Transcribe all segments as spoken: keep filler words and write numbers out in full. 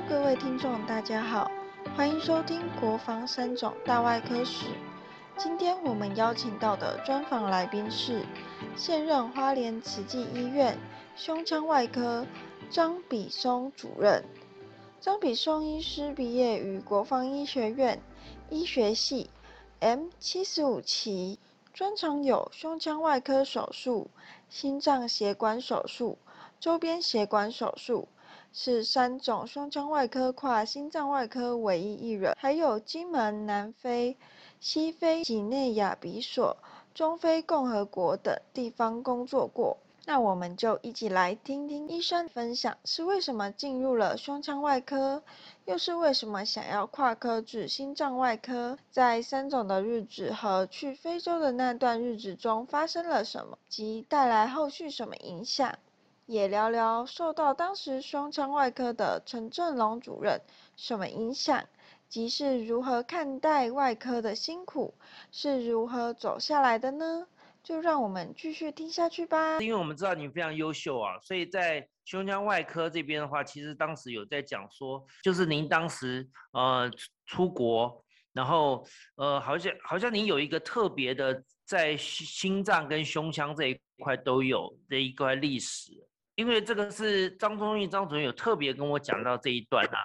各位听众，大家好，欢迎收听国防三种大外科史。今天我们邀请到的专访来宾是现任花莲慈济医院胸腔外科张比松主任。张比松医师毕业于国防医学院医学系 M 七十五期，专长有胸腔外科手术、心脏血管手术、周边血管手术，是三种胸腔外科跨心脏外科唯一一人，还有金门、南非、西非几内亚比索、中非共和国等地方工作过。那我们就一起来听听医生分享是为什么进入了胸腔外科，又是为什么想要跨科至心脏外科，在三种的日子和去非洲的那段日子中发生了什么，及带来后续什么影响，也聊聊受到当时胸腔外科的陈正龙主任什么影响，即是如何看待外科的辛苦，是如何走下来的呢？就让我们继续听下去吧。 因为我们知道你非常优秀啊，所以在胸腔外科这边的话，其实当时有在讲说，就是您当时呃出国，然后呃好像好像您有一个特别的在心脏跟胸腔这一块都有的一块历史，因为这个是张忠义张主任有特别跟我讲到这一段啊。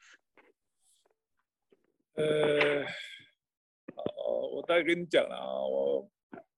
呃，好，我大概跟你讲了啊，我，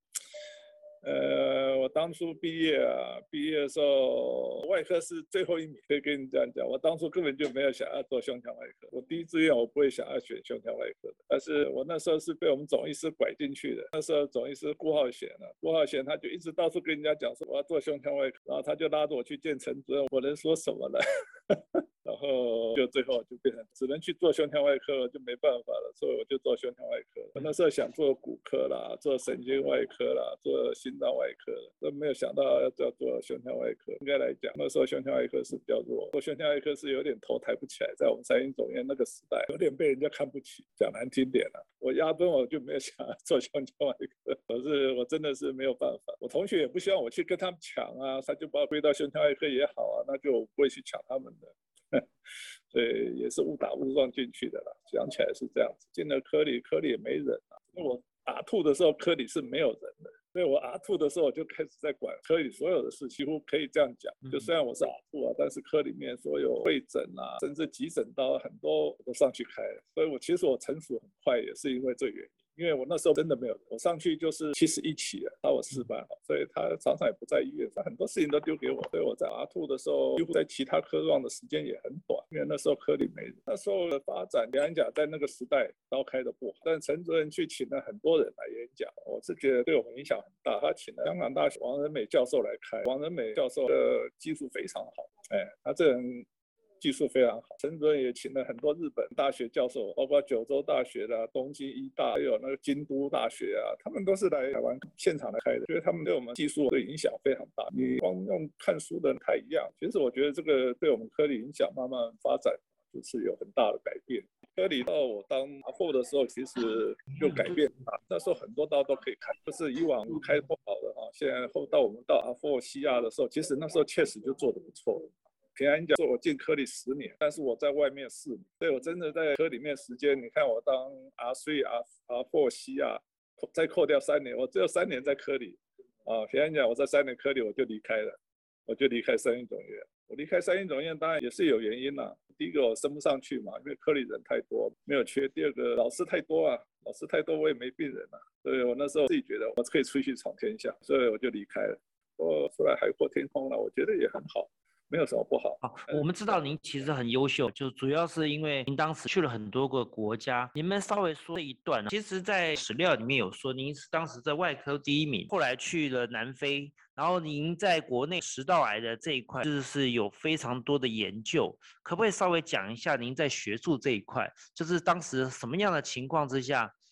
呃，我当初毕业啊，毕业的时候，外科是最后一名，可以跟你这样讲。我当初根本就没有想要做胸腔外科，我第一志愿我不会想要选胸腔外科的，但是我那时候是被我们总医师拐进去的。那时候总医师顾浩贤啊，顾浩贤他就一直到处跟人家讲说我要做胸腔外科，然后他就拉着我去见陈主任，我能说什么呢？然后就最后就变成只能去做胸腔外科了，就没办法了，所以我就做胸腔外科。我那时候想做骨科啦，做神经外科啦，做心脏外科的，都没有想到要要做胸腔外科。应该来讲，那时候胸腔外科是比较弱，做胸腔外科是有点头抬不起来，在我们三鹰总院那个时代，有点被人家看不起。讲难听点了、啊，我压根我就没有想要做胸腔外科，可是我真的是没有办法。我同学也不希望我去跟他们抢啊，他就把我归到胸腔外科也好啊，那就不会去抢他们的。所以也是误打误撞进去的啦，想起来是这样子。进了科里，科里也没人啊。因为我打吐的时候，科里是没有人的，所以我阿吐的时候，我就开始在管科里所有的事，几乎可以这样讲。就虽然我是阿吐啊，但是科里面所有会诊啊，甚至急诊刀很多我都上去开了。所以我其实我成熟很快，也是因为这个原因。因为我那时候真的没有，我上去就是七十一期了，把我失败了，所以他常常也不在医院，他很多事情都丢给我，所以我在阿兔的时候，几乎在其他科望的时间也很短，因为那时候科里没人。那时候的发展演讲在那个时代刀开的不好，但陈主任去请了很多人来演讲，我是觉得对我们影响很大。他请了香港大学王仁美教授来开，王仁美教授的技术非常好，哎，他这人技术非常好，陈主任也请了很多日本大学教授，包括九州大学啦、东京医大，还有那个京都大学啊，他们都是来台湾现场来开的，所以他们对我们技术的影响非常大。你光用看书的人太一样，其实我觉得这个对我们科里影响慢慢发展，就是有很大的改变。科里到我当阿霍的时候，其实就改变了。那时候很多刀都可以开，就是以往开不好的哈，现在后到我们到阿霍西亚的时候，其实那时候确实就做得不错。平安讲说，我进科里十年，但是我在外面四年，所以我真的在科里面时间，你看我当 R 三、R R 四、西亚，再扣掉三年，我只有三年在科里啊。平安讲，我在三年科里我就离开了，我就离开三鹰总院。我离开三鹰总院当然也是有原因啦。第一个我升不上去嘛，因为科里人太多，没有缺；第二个老师太多啊，老师太多我也没病人啊，所以我那时候自己觉得我可以出去闯天下，所以我就离开了。我出来海阔天空了，我觉得也很好。没有什么不好。 好，我们知道您其实很优秀，就主要是因为您当时去了很多个国家。你们稍微说一段，其实，在史料里面有说，您是当时在外科第一名，后来去了南非，然后您在国内食道癌的这一块，就是有非常多的研究。可不可以稍微讲一下您在学术这一块，就是当时什么样的情况之下，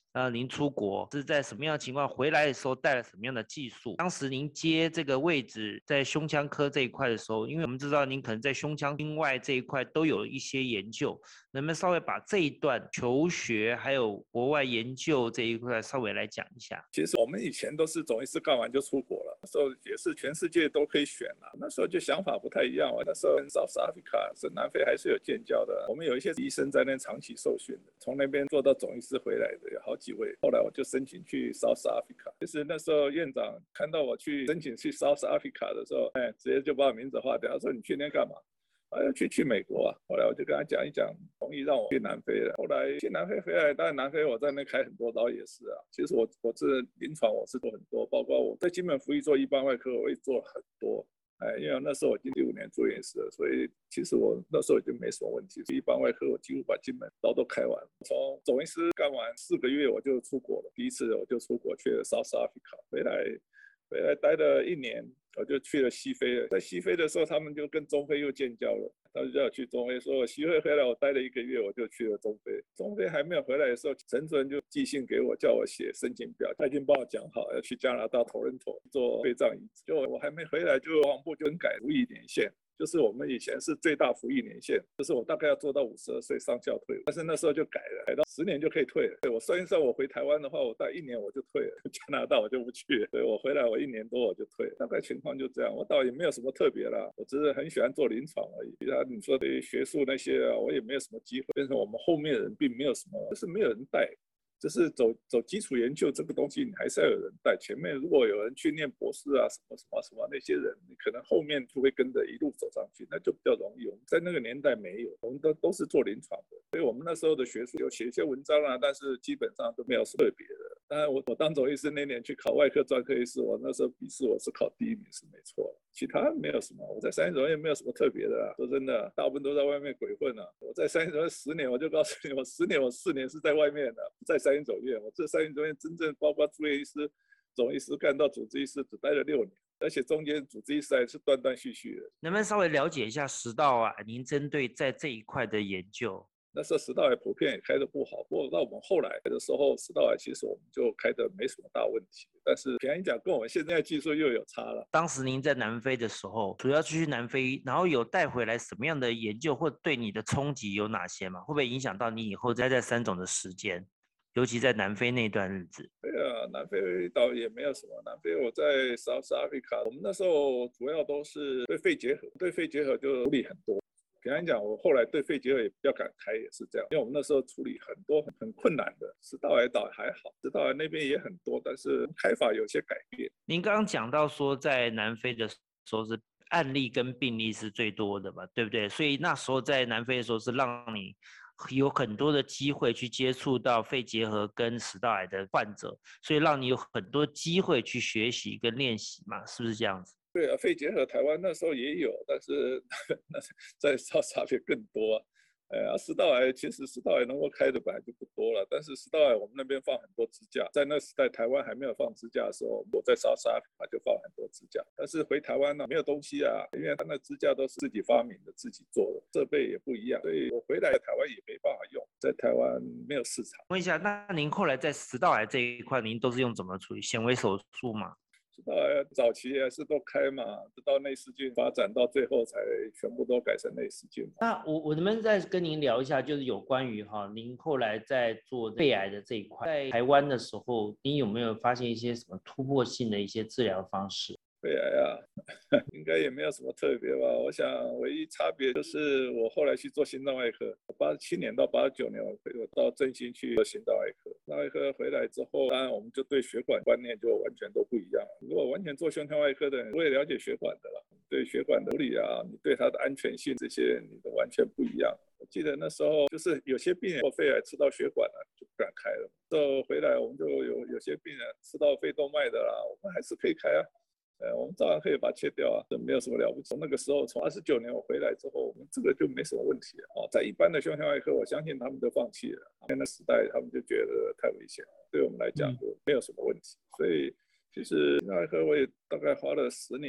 呃，您出国是在什么样的情况？回来的时候带了什么样的技术？当时您接这个位置在胸腔科这一块的时候，因为我们知道您可能在胸腔另外这一块都有一些研究，能不能稍微把这一段求学还有国外研究这一块稍微来讲一下？ 其实我们以前都是总医师干完就出国了，那时候也是全世界都可以选了，那时候就想法不太一样。那时候 South Africa 是南非还是有建交的，我们有一些医生在那长期受训的，从那边做到总医师回来的有好几位。后来我就申请去 South Africa， 就是那时候院长看到我去申请去 South Africa 的时候，哎，直接就把我名字划掉，他说你去那干嘛？啊，要去去美国啊！后来我就跟他讲一讲，同意让我去南非了。后来去南非回来，当然南非我在那开很多刀也是啊。其实我我是临床我是做很多，包括我在金门服役做一般外科，我也做了很多。哎，因为那时候我已经第五年住院师了，所以其实我那时候已经没什么问题。一般外科我几乎把金门刀都开完了。从总医师干完四个月我就出国了，第一次我就出国去了 South Africa， 回来回来待了一年。我就去了西非了，在西非的时候，他们就跟中非又建交了，他们就要去中非，说我西非回来，我待了一个月，我就去了中非。中非还没有回来的时候，陈主任就寄信给我，叫我写申请表，他已经帮我讲好要去加拿大头人头做肺脏移植，就我还没回来，就国防部就更改服役年限。就是我们以前是最大服役年限，就是我大概要做到五十二岁上校退伍，但是那时候就改了，改到十年就可以退了。对，我算一算，我回台湾的话，我大概一年我就退了，加拿大我就不去了。对，我回来我一年多我就退了，大概情况就这样。我倒也没有什么特别啦，我只是很喜欢做临床而已。其他你说的学术那些啊，我也没有什么机会。变成我们后面的人并没有什么，就是没有人带。就是走走基础研究这个东西，你还是要有人带。前面如果有人去念博士啊，什么什么什么那些人，你可能后面就会跟着一路走上去，那就比较容易。我们在那个年代没有，我们都都是做临床的，所以我们那时候的学术有写一些文章啊，但是基本上都没有特别的。当然我我当总医师那年去考外科专科医师，我那时候笔试我是考第一名是没错，其他没有什么。我在三一总院没有什么特别的啊，说真的，大部分都在外面鬼混啊。我在三一总院十年，我就告诉你，我十年我四年是在外面的，不在三一总院。我这三一总院真正包括住院医师、总医师干到主治医师，只待了六年，而且中间主治医师还是断断续续的。 能不能稍微了解一下食道啊？您针对在这一块的研究？ 那时候食道癌普遍也开得不好，不过到我们后来的时候，食道癌其实我们就开得没什么大问题。但是平安讲，跟我们现在技术又有差了。 当时您在南非的时候，主要去南非，然后有带回来什么样的研究，或对你的冲击有哪些吗？会不会影响到你以后待在三种的时间？尤其在南非那段日子。 对啊，南非倒也没有什么。南非我在 South Africa， 我们那时候主要都是对肺结核，对肺结核就处理很多。平常讲，我后来对肺结核也比较敢开，也是这样，因为我们那时候处理很多很很困难的，食道癌倒还好，食道癌那边也很多，但是开法有些改变。 您刚刚讲到说，在南非的时候是案例跟病例是最多的嘛，对不对？所以那时候在南非的时候是让你有很多的机会去接触到肺结核跟食道癌的患者，所以让你有很多机会去学习跟练习嘛，是不是这样子？ 对啊，肺结核台湾那时候也有，但是那在烧差别更多啊。呃，食道癌其实食道癌能够开的本来就不多了，但是食道癌我们那边放很多支架，在那时代台湾还没有放支架的时候，我在烧沙啊就放很多支架。但是回台湾呢没有东西啊，因为他那支架都是自己发明的、自己做的，设备也不一样，所以我回来台湾也没办法用，在台湾没有市场。 问一下，那您后来在食道癌这一块，您都是用怎么处理？显微手术吗？ 食道癌早期还是都开嘛，直到内视镜发展到最后才全部都改成内视镜。 那我我能不能再跟您聊一下，就是有关于哈，您后来在做肺癌的这一块，在台湾的时候，您有没有发现一些什么突破性的一些治疗方式？ 肺癌啊，应该也没有什么特别吧。我想唯一差别就是我后来去做心脏外科，八十七年到八十九年我到振兴去做心脏外科。心脏外科回来之后，当然我们就对血管观念就完全都不一样了。如果完全做胸腔外科的人，我也了解血管的了，对血管的处理啊，你对它的安全性这些，你都完全不一样。我记得那时候就是有些病人做肺癌吃到血管了，就不敢开了。之后回来我们就有有些病人吃到肺动脉的啦，我们还是可以开啊。呃，我们照样可以把它切掉啊，这没有什么了不起。从那个时候，从二十九年我回来之后，我们这个就没什么问题了哦。在一般的胸腔外科，我相信他们都放弃了，那个时代他们就觉得太危险了，对我们来讲就没有什么问题。所以其实胸腔外科我也大概花了十年，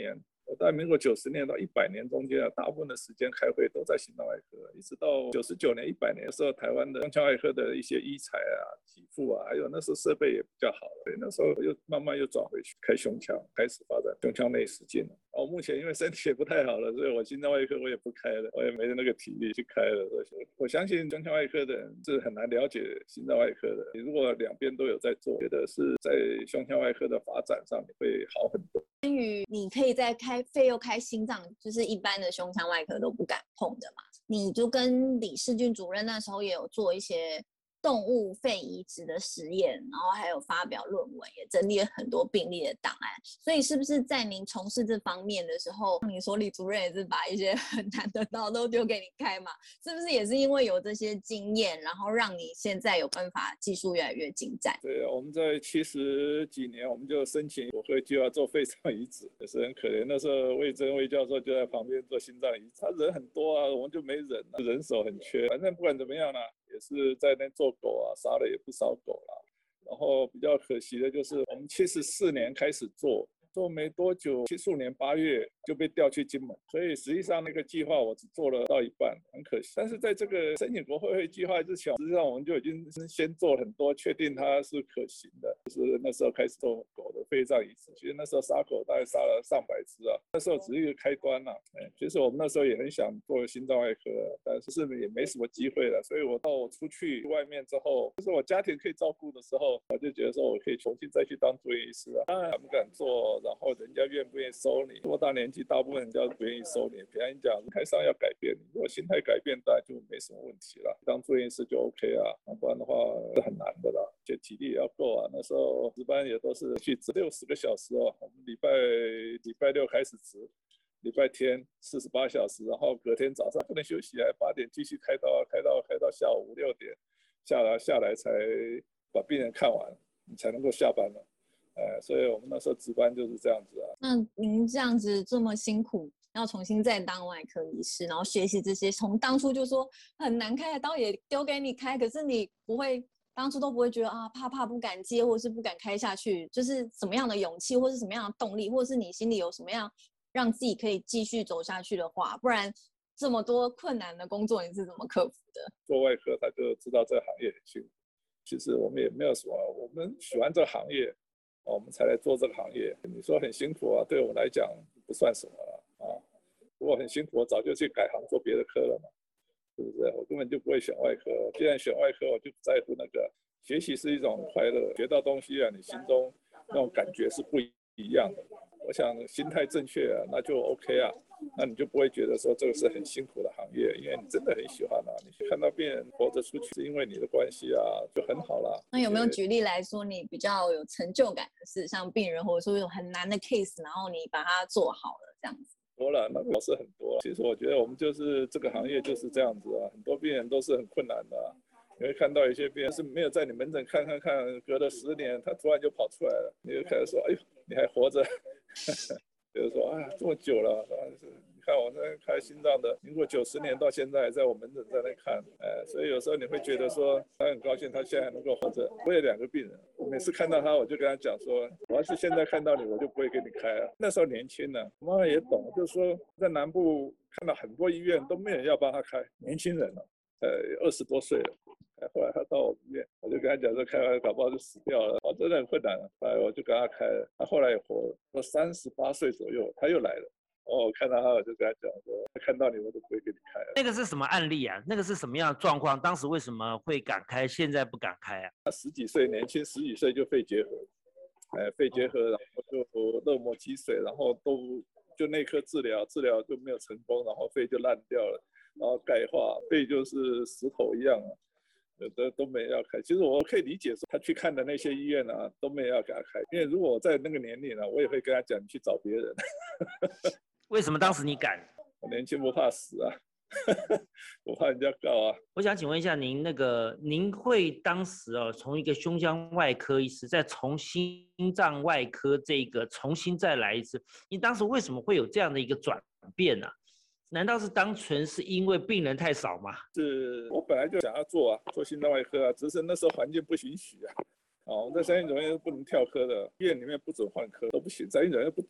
我在民国九十年到一百年中间啊，大部分的时间开会都在心脏外科，一直到九十九年、一百年的时候，台湾的胸腔外科的一些医材啊、给付啊，还有那时候设备也比较好，所以那时候又慢慢又转回去开胸腔，开始发展胸腔内视镜了。哦，目前因为身体也不太好了，所以我心脏外科我也不开了，我也没那个体力去开了。我相信胸腔外科的人是很难了解心脏外科的，你如果两边都有在做，觉得是在胸腔外科的发展上会好很多。 关于你可以在开肺又开心脏，就是一般的胸腔外科都不敢碰的嘛，你就跟李世俊主任那时候也有做一些动物肺移植的实验，然后还有发表论文，也整理了很多病例的档案。所以是不是在您从事这方面的时候，你说李主任也是把一些很难的刀都丢给你开嘛？是不是也是因为有这些经验，然后让你现在有办法技术越来越精湛？ 对啊，我们在七十几年我们就申请国会就要做肺脏移植，也是很可怜。那时候魏征魏教授就在旁边做心脏移植，他人很多啊，我们就没人啊，人手很缺。反正不管怎么样啦，也是在那做狗啊，杀了也不少狗啦。然后比较可惜的就是我们七十四年开始做。做没多久，七十五年八月就被调去金门，所以实际上那个计划我只做了到一半，很可惜。但是在这个申请国会会计划之前，实际上我们就已经先做很多，确定它是可行的。就是那时候开始做狗的肺脏移植，其实那时候杀狗大概杀了上百只啊，那时候只是一个开端啦、啊。哎，其实我们那时候也很想做心脏外科，但是也没什么机会了。所以我到我出去外面之后，就是我家庭可以照顾的时候，我就觉得说我可以重新再去当住院医师啊，当然敢不敢做。然后人家愿不愿意收你？多大年纪，大部分人家不愿意收你。平常讲，台上要改变，如果心态改变，当然就没什么问题了。当住院医师就 OK 啊，不然的话是很难的啦，而且体力也要够啊。那时候值班也都是去值六十个小时哦，我们礼拜礼拜六开始值，礼拜天四十八小时，然后隔天早上不能休息啊，八点继续开刀，开到开到下午五六点下来下来才把病人看完，你才能够下班了。呃，所以我们那时候值班就是这样子啊。 那您这样子这么辛苦，要重新再当外科医师，然后学习这些，从当初就说很难开的刀也丢给你开，可是你不会，当初都不会觉得啊怕怕不敢接，或是不敢开下去，就是什么样的勇气，或是什么样的动力，或是你心里有什么样让自己可以继续走下去的话，不然这么多困难的工作你是怎么克服的？ 做外科他就知道这个行业很辛苦，其实我们也没有什么，我们喜欢这个行业。我们才来做这个行业，你说很辛苦啊，对我们来讲不算什么了啊。如果很辛苦，我早就去改行做别的科了嘛，是不是？我根本就不会选外科。既然选外科，我就不在乎那个学习是一种快乐，学到东西啊，你心中那种感觉是不一样的。我想心态正确啊，那就 OK 啊，那你就不会觉得说这个是很辛苦的行业，因为你真的很喜欢啊。你看到病人活着出去是因为你的关系啊，就很好啦。 那有没有举例来说你比较有成就感的事，像病人或者说有很难的 case， 然后你把它做好了这样子？ 多了，那个是很多。其实我觉得我们就是这个行业就是这样子啊，很多病人都是很困难的、啊。你会看到一些病人是没有在你门诊看看看，隔了十年，他突然就跑出来了，你就开始说，哎呦，你还活着，就是说啊，这么久了，你看我那开心脏的，民国九十年到现在还在我门诊在那看，哎，所以有时候你会觉得说，他很高兴他现在还能够活着。我有两个病人，我每次看到他，我就跟他讲说，我要是现在看到你，我就不会给你开了。那时候年轻呢，妈妈也懂，就是说在南部看到很多医院都没人要帮他开，年轻人了，呃，二十多岁了。后来他到我们医院，我就跟他讲说，开完搞不好就死掉了，哦，真的很困难了。后来我就跟他开了，他后来也活了，到三十八岁左右，他又来了。哦，我看到他，我就跟他讲说，看到你我都不会给你开了。 那个是什么案例啊？那个是什么样的状况？当时为什么会敢开，现在不敢开啊？ 他十几岁，年轻十几岁就肺结核，哎，肺结核，然后就肋膜积水，然后都就内科治疗，治疗就没有成功，然后肺就烂掉了，然后钙化，肺就是石头一样啊。都都没要开，其实我可以理解说他去看的那些医院啊，都没有要给他开，因为如果我在那个年龄呢、啊，我也会跟他讲，你去找别人。 为什么当时你敢？ 我年轻不怕死啊，我怕人家告啊。 我想请问一下您，那个您会当时哦，从一个胸腔外科医师，再从心脏外科这个重新再来一次，你当时为什么会有这样的一个转变呢、啊？难道是单纯是因为病人太少吗？ 是我本来就想要做啊，做心脏外科啊，只是那时候环境不允许啊。哦，我们在三军总院不能跳科的，医院里面不准换科都不行，三军总院不准的。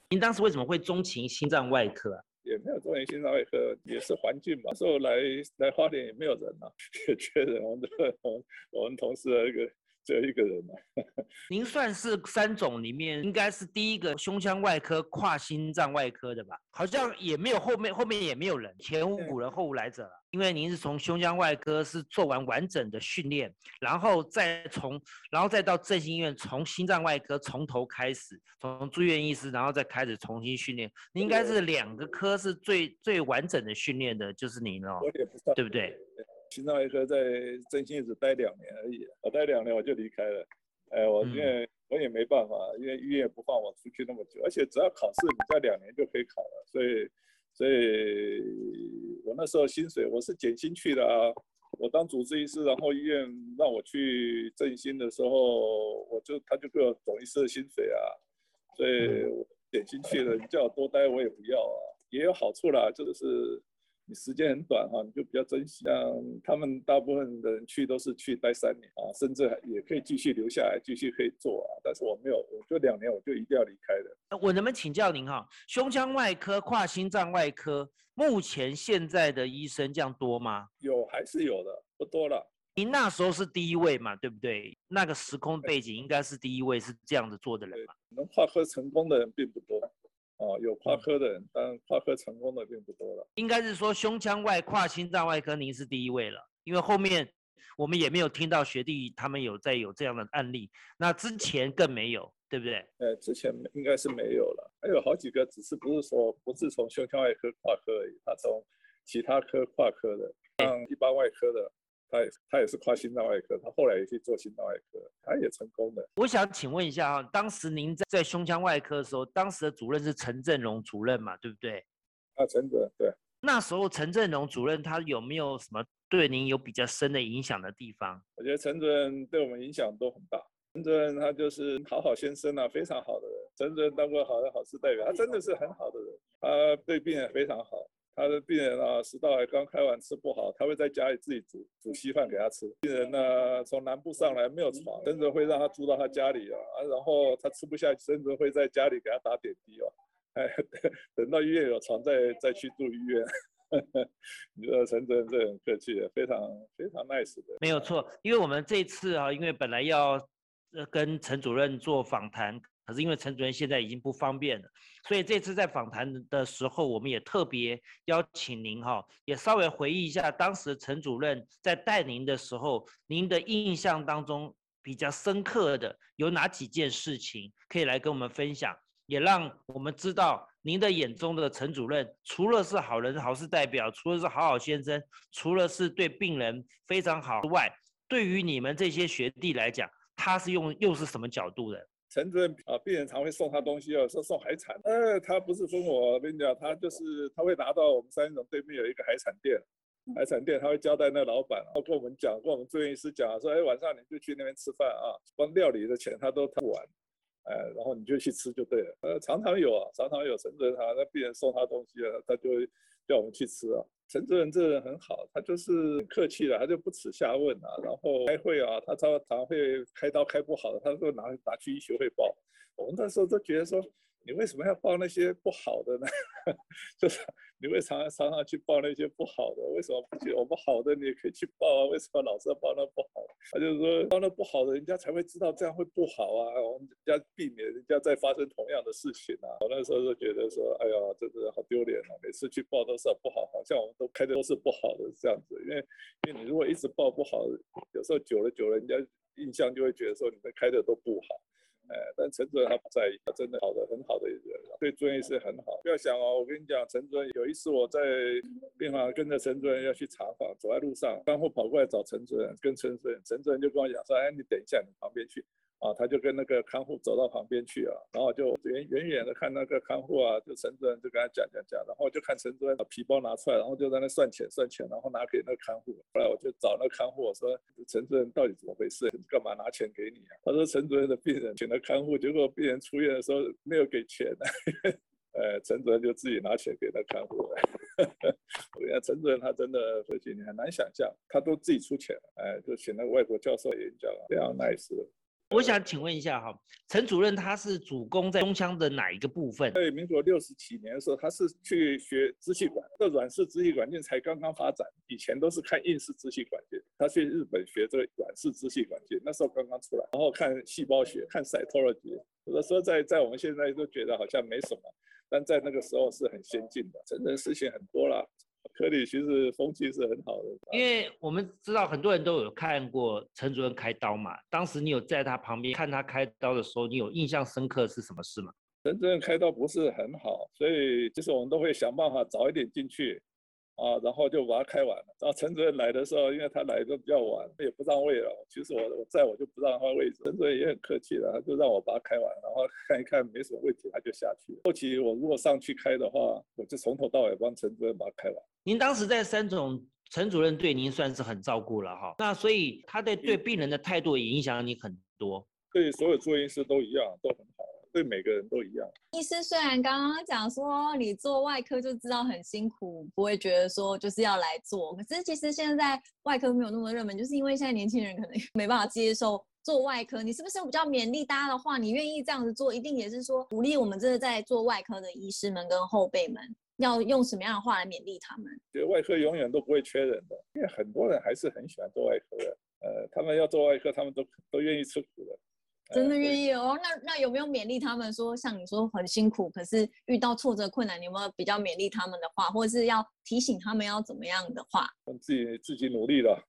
您当时为什么会钟情心脏外科啊？ 也没有中心心脏外科，也是环境嘛。那时候来来花莲也没有人啊，也缺人。我们我我们同事的一个只有一个人啊。 您算是三种里面应该是第一个胸腔外科跨心脏外科的吧？好像也没有后面后面也没有人，前无古人后无来者了。因为您是从胸腔外科是做完完整的训练，然后再从然后再到振兴医院从心脏外科从头开始，从住院医师然后再开始重新训练。您应该是两个科是最最完整的训练的，就是您哦， 我也不算， 对不对？ 心脏外科在振兴只待两年而已，我待两年我就离开了。哎，我因为、嗯、我也没办法，因为医院不放我出去那么久，而且只要考试，你在两年就可以考了，所以，所以我那时候薪水我是减薪去的啊。我当主治医师，然后医院让我去振兴的时候，我就他就给我总医师的薪水啊，所以我减薪去了。你叫我多待我也不要啊，也有好处啦，就是。你时间很短哈，你就比较珍惜。像他们大部分的人去都是去待三年啊，甚至也可以继续留下来，继续可以做啊。但是我没有，我就两年我就一定要离开了。 我能不能请教您哈，胸腔外科、跨心脏外科，目前现在的医生这样多吗？ 有，还是有的，不多了。 您那时候是第一位嘛，对不对？那个时空背景应该是第一位是这样子做的人嘛。 能跨科成功的人并不多。哦，有跨科的人，但跨科成功的并不多了。 应该是说胸腔外跨心脏外科，您是第一位了，因为后面我们也没有听到学弟他们有在有这样的案例，那之前更没有，对不对？ 呃，之前应该是没有了，还有好几个，只是不是说不是从胸腔外科跨科而已，他从其他科跨科的，像一般外科的。他也他也是跨心脏外科，他后来也去做心脏外科，他也成功的。 我想请问一下哈，当时您在在胸腔外科的时候，当时的主任是陈振荣主任嘛，对不对？ 啊，陈主任，对。 那时候陈振荣主任他有没有什么对您有比较深的影响的地方？ 我觉得陈主任对我们影响都很大。陈主任他就是好好先生啊，非常好的人。陈主任当过好的好事代表，他真的是很好的人，他对病人非常好。他的病人啊，食道癌刚开完吃不好，他会在家里自己煮煮稀饭给他吃。病人呢，从南部上来没有床，甚至会让他住到他家里啊，然后他吃不下去，甚至会在家里给他打点滴哦。哎，等到医院有床再再去住医院。你说陈主任这很客气的，非常非常 nice 的。 没有错，因为我们这次啊，因为本来要跟陈主任做访谈。可是因为陈主任现在已经不方便了，所以这次在访谈的时候，我们也特别邀请您哈，也稍微回忆一下当时陈主任在带您的时候，您的印象当中比较深刻的有哪几件事情可以来跟我们分享，也让我们知道您的眼中的陈主任除了是好人好事代表，除了是好好先生，除了是对病人非常好之外，对于你们这些学弟来讲，他是用又是什么角度的？ 陈主任啊，病人常会送他东西哦，说送海产。呃，他不是分我，我跟你讲，他就是他会拿到我们三重对面有一个海产店，海产店他会交代那老板，然后跟我们讲，跟我们住院医师讲说，哎，晚上你就去那边吃饭啊，光料理的钱他都付完，哎，然后你就去吃就对了。呃，常常有啊，常常有陈主任他那病人送他东西啊，他就会叫我们去吃啊。陈主任这个人很好，他就是很客气的，他就不耻下问啊。然后开会啊，他常常会开刀开不好的，他就拿拿去医学会报。我们那时候都觉得说，你为什么要报那些不好的呢？就是你会常常常常去报那些不好的，为什么不去？我们好的你也可以去报啊，为什么老是要报那不好的？他就是说报那不好的，人家才会知道这样会不好啊，我们人家避免人家再发生同样的事情啊。我那时候就觉得说，哎呀，真的好丢脸啊！每次去报都是不好，好像我们都开的都是不好的这样子。因为因为你如果一直报不好，有时候久了久了，人家印象就会觉得说你们开的都不好。哎，但陈主任他不在意，他真的好的很好的一个人，对住院医师很好。不要想哦，我跟你讲，陈主任有一次我在病房跟着陈主任要去查房，走在路上，看护跑过来找陈主任，跟陈主任，陈主任就跟我讲说，哎，你等一下，你旁边去。啊，他就跟那个看护走到旁边去啊，然后就远远远的看那个看护啊，就陈主任就跟他讲讲讲，然后就看陈主任把皮包拿出来，然后就在那算钱算钱，然后拿给那个看护。后来我就找那个看护，我说陈主任到底怎么回事？干嘛拿钱给你啊？他说陈主任的病人请了看护，结果病人出院的时候没有给钱啊。呃，陈主任就自己拿钱给那看护了。我跟你讲，陈主任他真的回去你很难想象，他都自己出钱，哎，就请那个外国教授演讲，非常 nice 的。 我想请问一下哈，陈主任他是主攻在胸腔的哪一个部分？ 在民国六十几年的时候，他是去学支气管，这软式支气管镜才刚刚发展，以前都是看硬式支气管镜。他去日本学这个软式支气管镜，那时候刚刚出来，然后看细胞学，看 cytology。有的时候在在我们现在都觉得好像没什么，但在那个时候是很先进的，真的事情很多啦。科里其实风气是很好的， 因为我们知道很多人都有看过陈主任开刀嘛，当时你有在他旁边看他开刀的时候，你有印象深刻是什么事吗？ 陈主任开刀不是很好，所以其实我们都会想办法早一点进去啊，然后就把它开完了。然后陈主任来的时候，因为他来的比较晚，也不让位了。其实我我在我就不让他位置，陈主任也很客气的，他就让我把它开完，然后看一看没什么问题，他就下去了。后期我如果上去开的话，我就从头到尾帮陈主任把它开完。 您当时在三总，陈主任对您算是很照顾了哈，那所以他对对病人的态度也影响你很多。 对所有住院医师都一样，都很好，对每个人都一样。 医师虽然刚刚讲说你做外科就知道很辛苦，不会觉得说就是要来做，可是其实现在外科没有那么热门，就是因为现在年轻人可能没办法接受做外科。你是不是比较勉励大家的话，你愿意这样子做，一定也是说鼓励我们真的在做外科的医师们跟后辈们，要用什么样的话来勉励他们？ 觉得外科永远都不会缺人的，因为很多人还是很喜欢做外科的。呃，他们要做外科，他们都都愿意吃苦的。 真的愿意哦。那那有没有勉励他们说，像你说很辛苦，可是遇到挫折困难，你有没有比较勉励他们的话，或者是要提醒他们要怎么样的话？ 自己自己努力了，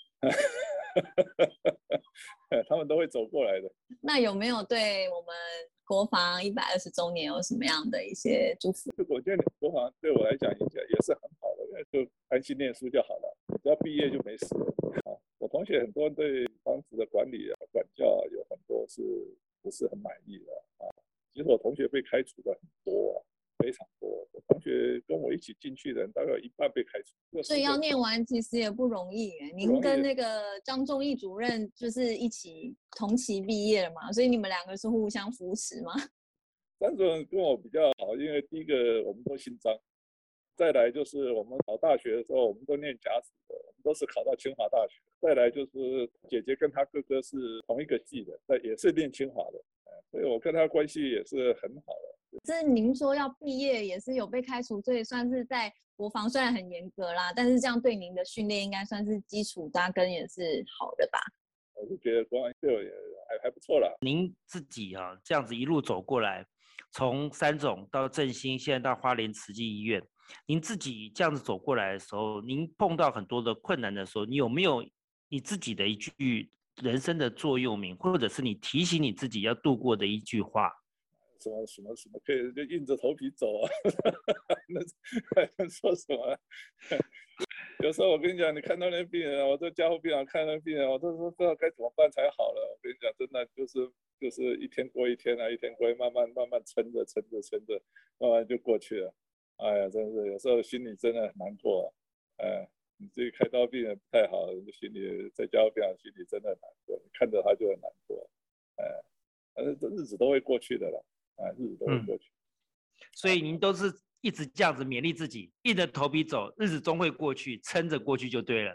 他们都会走过来的。 那有没有对我们国防一百二十周年有什么样的一些祝福？ 我觉得国防对我来讲影响也是很好的，就安心念书就好了，只要毕业就没事了。我同学很多对房子的管理啊、管教啊，有很多是不是很满意的啊？其实我同学被开除的很多、啊，非常多。我同学跟我一起进去的人，大概有一半被开除。 所以要念完其实也不容易耶。您跟那个张仲义主任就是一起同期毕业了嘛，所以你们两个是互相扶持吗？ 张主任跟我比较好，因为第一个我们都姓张。再来就是我们考大学的时候，我们都念甲子的，我们都是考到清华大学。再来就是姐姐跟她哥哥是同一个系的，但也是念清华的，所以我跟他关系也是很好的。 这您说要毕业也是有被开除，所以算是在国防虽然很严格啦，但是这样对您的训练应该算是基础扎根也是好的吧？ 我是觉得国防对我也还还不错啦。 您自己啊这样子一路走过来，从三总到振兴，现在到花莲慈济医院。您自己这样子走过来的时候，您碰到很多的困难的时候，你有没有你自己的一句人生的座右铭，或者是你提醒你自己要度过的一句话？ 什么什么什么可以就硬着头皮走啊？那还能说什么？有时候我跟你讲，你看到那病人，我在加护病房看那病人，我都说不知道该怎么办才好了。我跟你讲，真的就是就是一天过一天啊，一天过一天，慢慢慢慢撑着撑着撑着，慢慢就过去了。哎呀，真是有时候心里真的很难过、啊。哎，你自己开刀病人不太好，你心里在加护病房心里真的很难过，你看着他就很难过。哎，但是这日子都会过去的了，啊，日子都会过去。 嗯、所以您都是一直这样子勉励自己，硬着头皮走，日子终会过去，撑着过去就对了。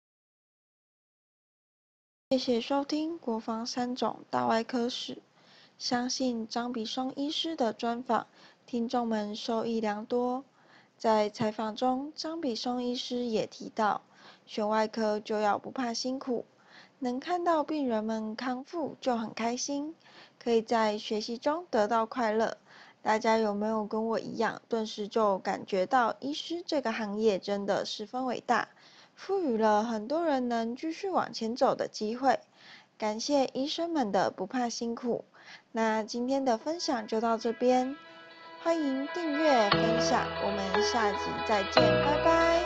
谢谢收听国防三种大外科史，相信张比松医师的专访。听众们受益良多。在采访中，张比松医师也提到，选外科就要不怕辛苦，能看到病人们康复就很开心，可以在学习中得到快乐。大家有没有跟我一样，顿时就感觉到医师这个行业真的十分伟大，赋予了很多人能继续往前走的机会。感谢医生们的不怕辛苦。那今天的分享就到这边。欢迎订阅分享，我们下集再见，拜拜。